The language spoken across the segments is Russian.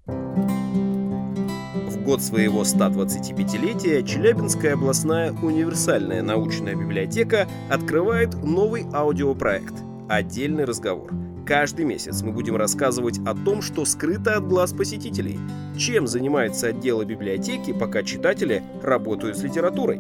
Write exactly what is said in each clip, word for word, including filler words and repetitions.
В год своего ста двадцатипятилетия Челябинская областная универсальная научная библиотека открывает новый аудиопроект «Отдельный разговор». Каждый месяц мы будем рассказывать о том, что скрыто от глаз посетителей, чем занимается отдел библиотеки, пока читатели работают с литературой.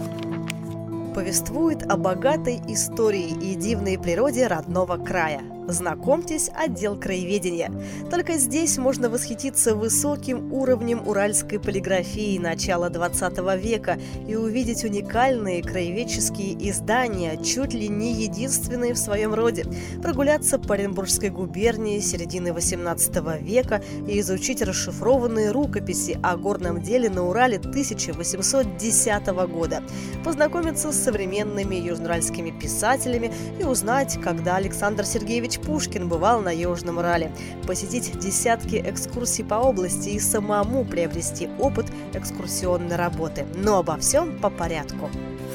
Повествует о богатой истории и дивной природе родного края. Знакомьтесь, отдел краеведения. Только здесь можно восхититься высоким уровнем уральской полиграфии начала двадцатого века и увидеть уникальные краеведческие издания, чуть ли не единственные в своем роде, прогуляться по Оренбургской губернии середины восемнадцатого века и изучить расшифрованные рукописи о горном деле на Урале тысяча восемьсот десятого года, познакомиться с современными южноуральскими писателями и узнать, когда Александр Сергеевич Пушкин бывал на Южном Урале, посетить десятки экскурсий по области и самому приобрести опыт экскурсионной работы. Но обо всем по порядку.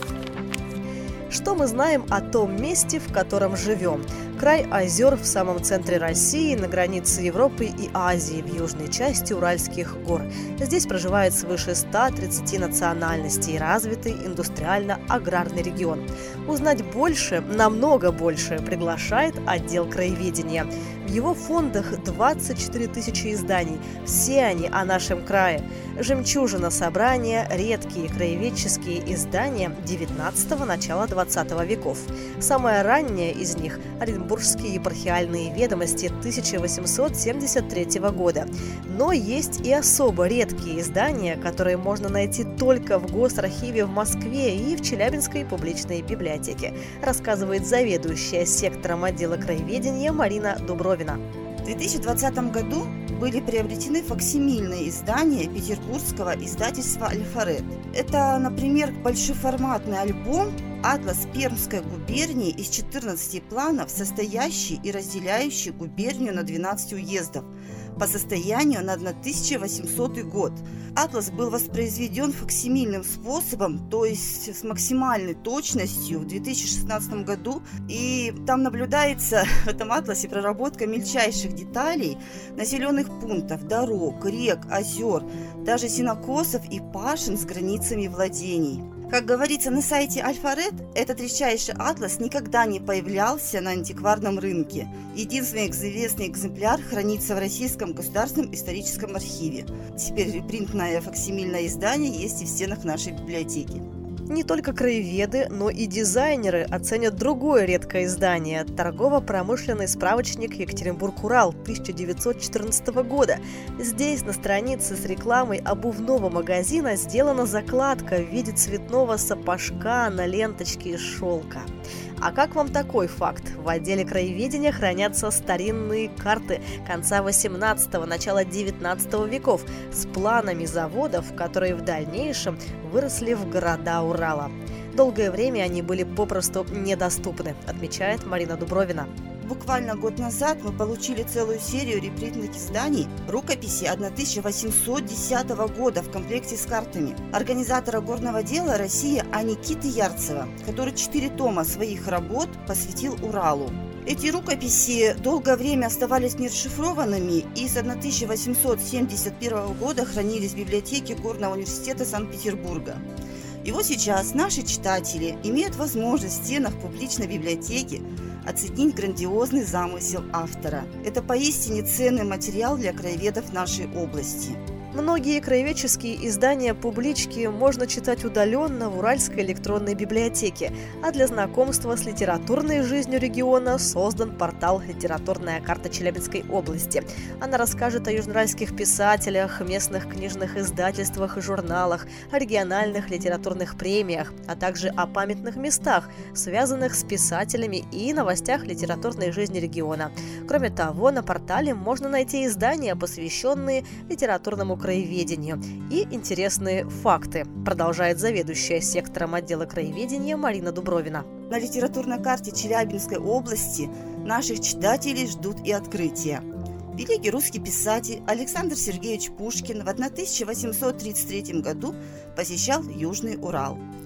Что мы знаем о том месте, в котором живем? Край озер в самом центре России, на границе Европы и Азии, в южной части Уральских гор. Здесь проживает свыше ста тридцати национальностей, развитый индустриально-аграрный регион. Узнать больше, намного больше, приглашает отдел краеведения. В его фондах двадцать четыре тысячи изданий. Все они о нашем крае. Жемчужина собрания, редкие краеведческие издания девятнадцатого – начала двадцатого веков. Самое раннее из них – Оренбургские епархиальные ведомости тысяча восемьсот семьдесят третьего года. Но есть и особо редкие издания, которые можно найти только в Госархиве в Москве и в Челябинской публичной библиотеке, рассказывает заведующая сектором отдела краеведения Марина Дубровина. В две тысячи двадцатом году были приобретены факсимильные издания петербургского издательства «Альфарет». Это, например, большеформатный альбом «Атлас Пермской губернии» из четырнадцати планов, состоящий и разделяющий губернию на двенадцать уездов по состоянию на тысяча восемьсотый год. Атлас был воспроизведен факсимильным способом, то есть с максимальной точностью в две тысячи шестнадцатом году. И там наблюдается в этом атласе проработка мельчайших деталей населенных пунктов, дорог, рек, озер, даже сенокосов и пашин с границами владений. Как говорится на сайте Альфарет, этот редчайший атлас никогда не появлялся на антикварном рынке. Единственный известный экземпляр хранится в Российском государственном историческом архиве. Теперь репринтное факсимильное издание есть и в стенах нашей библиотеки. Не только краеведы, но и дизайнеры оценят другое редкое издание – торгово-промышленный справочник «Екатеринбург-Урал» тысяча девятьсот четырнадцатого года. Здесь на странице с рекламой обувного магазина сделана закладка в виде цветного сапожка на ленточке из шелка. А как вам такой факт? В отделе краеведения хранятся старинные карты конца восемнадцатого – начала девятнадцатого веков с планами заводов, которые в дальнейшем выросли в города Урала. Долгое время они были попросту недоступны, отмечает Марина Дубровина. Буквально год назад мы получили целую серию репринтных изданий рукописи тысяча восемьсот десятого года в комплекте с картами организатора горного дела России А. Никиты Ярцева, который четыре тома своих работ посвятил Уралу. Эти рукописи долгое время оставались нерасшифрованными и с тысяча восемьсот семьдесят первого года хранились в библиотеке Горного университета Санкт-Петербурга. И вот сейчас наши читатели имеют возможность в стенах публичной библиотеки оценить грандиозный замысел автора. Это поистине ценный материал для краеведов нашей области. Многие краеведческие издания публички можно читать удаленно в Уральской электронной библиотеке, а для знакомства с литературной жизнью региона создан портал «Литературная карта Челябинской области». Она расскажет о южноуральских писателях, местных книжных издательствах и журналах, о региональных литературных премиях, а также о памятных местах, связанных с писателями, и новостях литературной жизни региона. Кроме того, на портале можно найти издания, посвященные литературному краеведению, и интересные факты, продолжает заведующая сектором отдела краеведения Марина Дубровина. На литературной карте Челябинской области наших читателей ждут и открытия. Великий русский писатель Александр Сергеевич Пушкин в тысяча восемьсот тридцать третьем году посещал Южный Урал.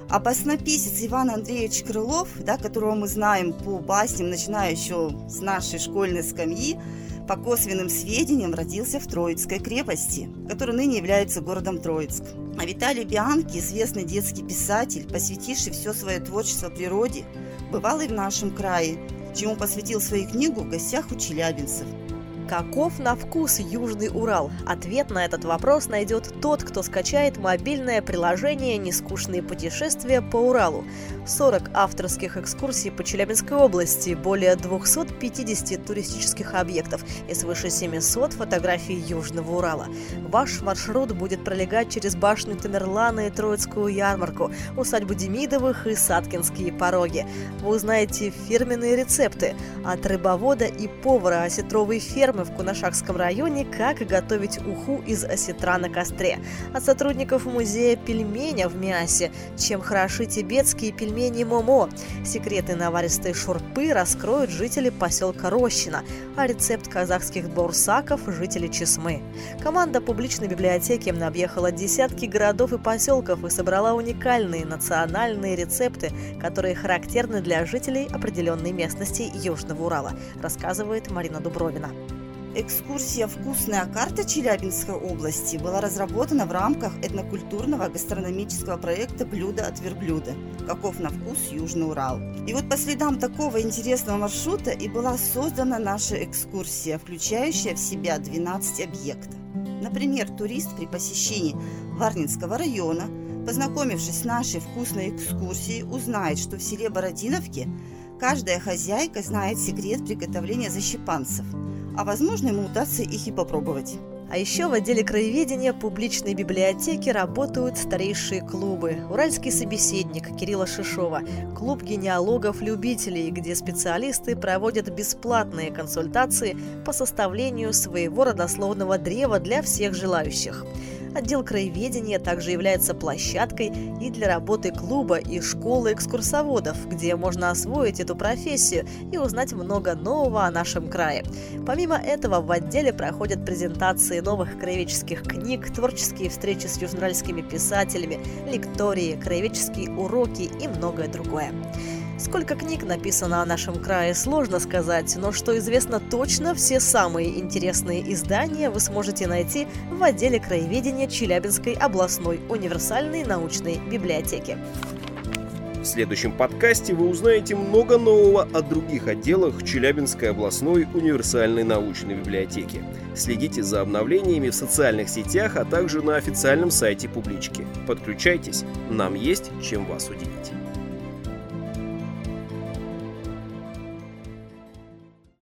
А баснописец Иван Андреевич Крылов, да, которого мы знаем по басням, начиная еще с нашей школьной скамьи, по косвенным сведениям родился в Троицкой крепости, которая ныне является городом Троицк. А Виталий Бианки, известный детский писатель, посвятивший все свое творчество природе, бывал и в нашем крае, чему посвятил свою книгу «В гостях у челябинцев». Каков на вкус Южный Урал? Ответ на этот вопрос найдет тот, кто скачает мобильное приложение «Нескучные путешествия по Уралу». сорок авторских экскурсий по Челябинской области, более двести пятьдесят туристических объектов и свыше семьсот фотографий Южного Урала. Ваш маршрут будет пролегать через башню Тамерлана и Троицкую ярмарку, усадьбу Демидовых и Саткинские пороги. Вы узнаете фирменные рецепты от рыбовода и повара осетровой фермы в Кунашакском районе, как готовить уху из осетра на костре. От сотрудников музея пельменя в Миасе, чем хороши тибетские пельмени Момо. Секреты наваристой шурпы раскроют жители поселка Рощино, а рецепт казахских баурсаков – жители Чесмы. Команда публичной библиотеки объехала десятки городов и поселков и собрала уникальные национальные рецепты, которые характерны для жителей определенной местности Южного Урала, рассказывает Марина Дубровина. Экскурсия «Вкусная карта Челябинской области» была разработана в рамках этнокультурного гастрономического проекта «Блюдо от верблюда. Каков на вкус Южный Урал». И вот по следам такого интересного маршрута и была создана наша экскурсия, включающая в себя двенадцать объектов. Например, турист при посещении Варнинского района, познакомившись с нашей вкусной экскурсией, узнает, что в селе Бородиновке каждая хозяйка знает секрет приготовления защипанцев, а возможно, ему удастся их и попробовать. А еще в отделе краеведения публичной библиотеки работают старейшие клубы. Уральский собеседник Кирилла Шишова, клуб генеалогов-любителей, где специалисты проводят бесплатные консультации по составлению своего родословного древа для всех желающих. Отдел краеведения также является площадкой и для работы клуба и школы экскурсоводов, где можно освоить эту профессию и узнать много нового о нашем крае. Помимо этого, в отделе проходят презентации новых краеведческих книг, творческие встречи с южноуральскими писателями, лектории, краеведческие уроки и многое другое. Сколько книг написано о нашем крае, сложно сказать, но что известно точно, все самые интересные издания вы сможете найти в отделе краеведения Челябинской областной универсальной научной библиотеки. В следующем подкасте вы узнаете много нового о других отделах Челябинской областной универсальной научной библиотеки. Следите за обновлениями в социальных сетях, а также на официальном сайте публички. Подключайтесь, нам есть чем вас удивить.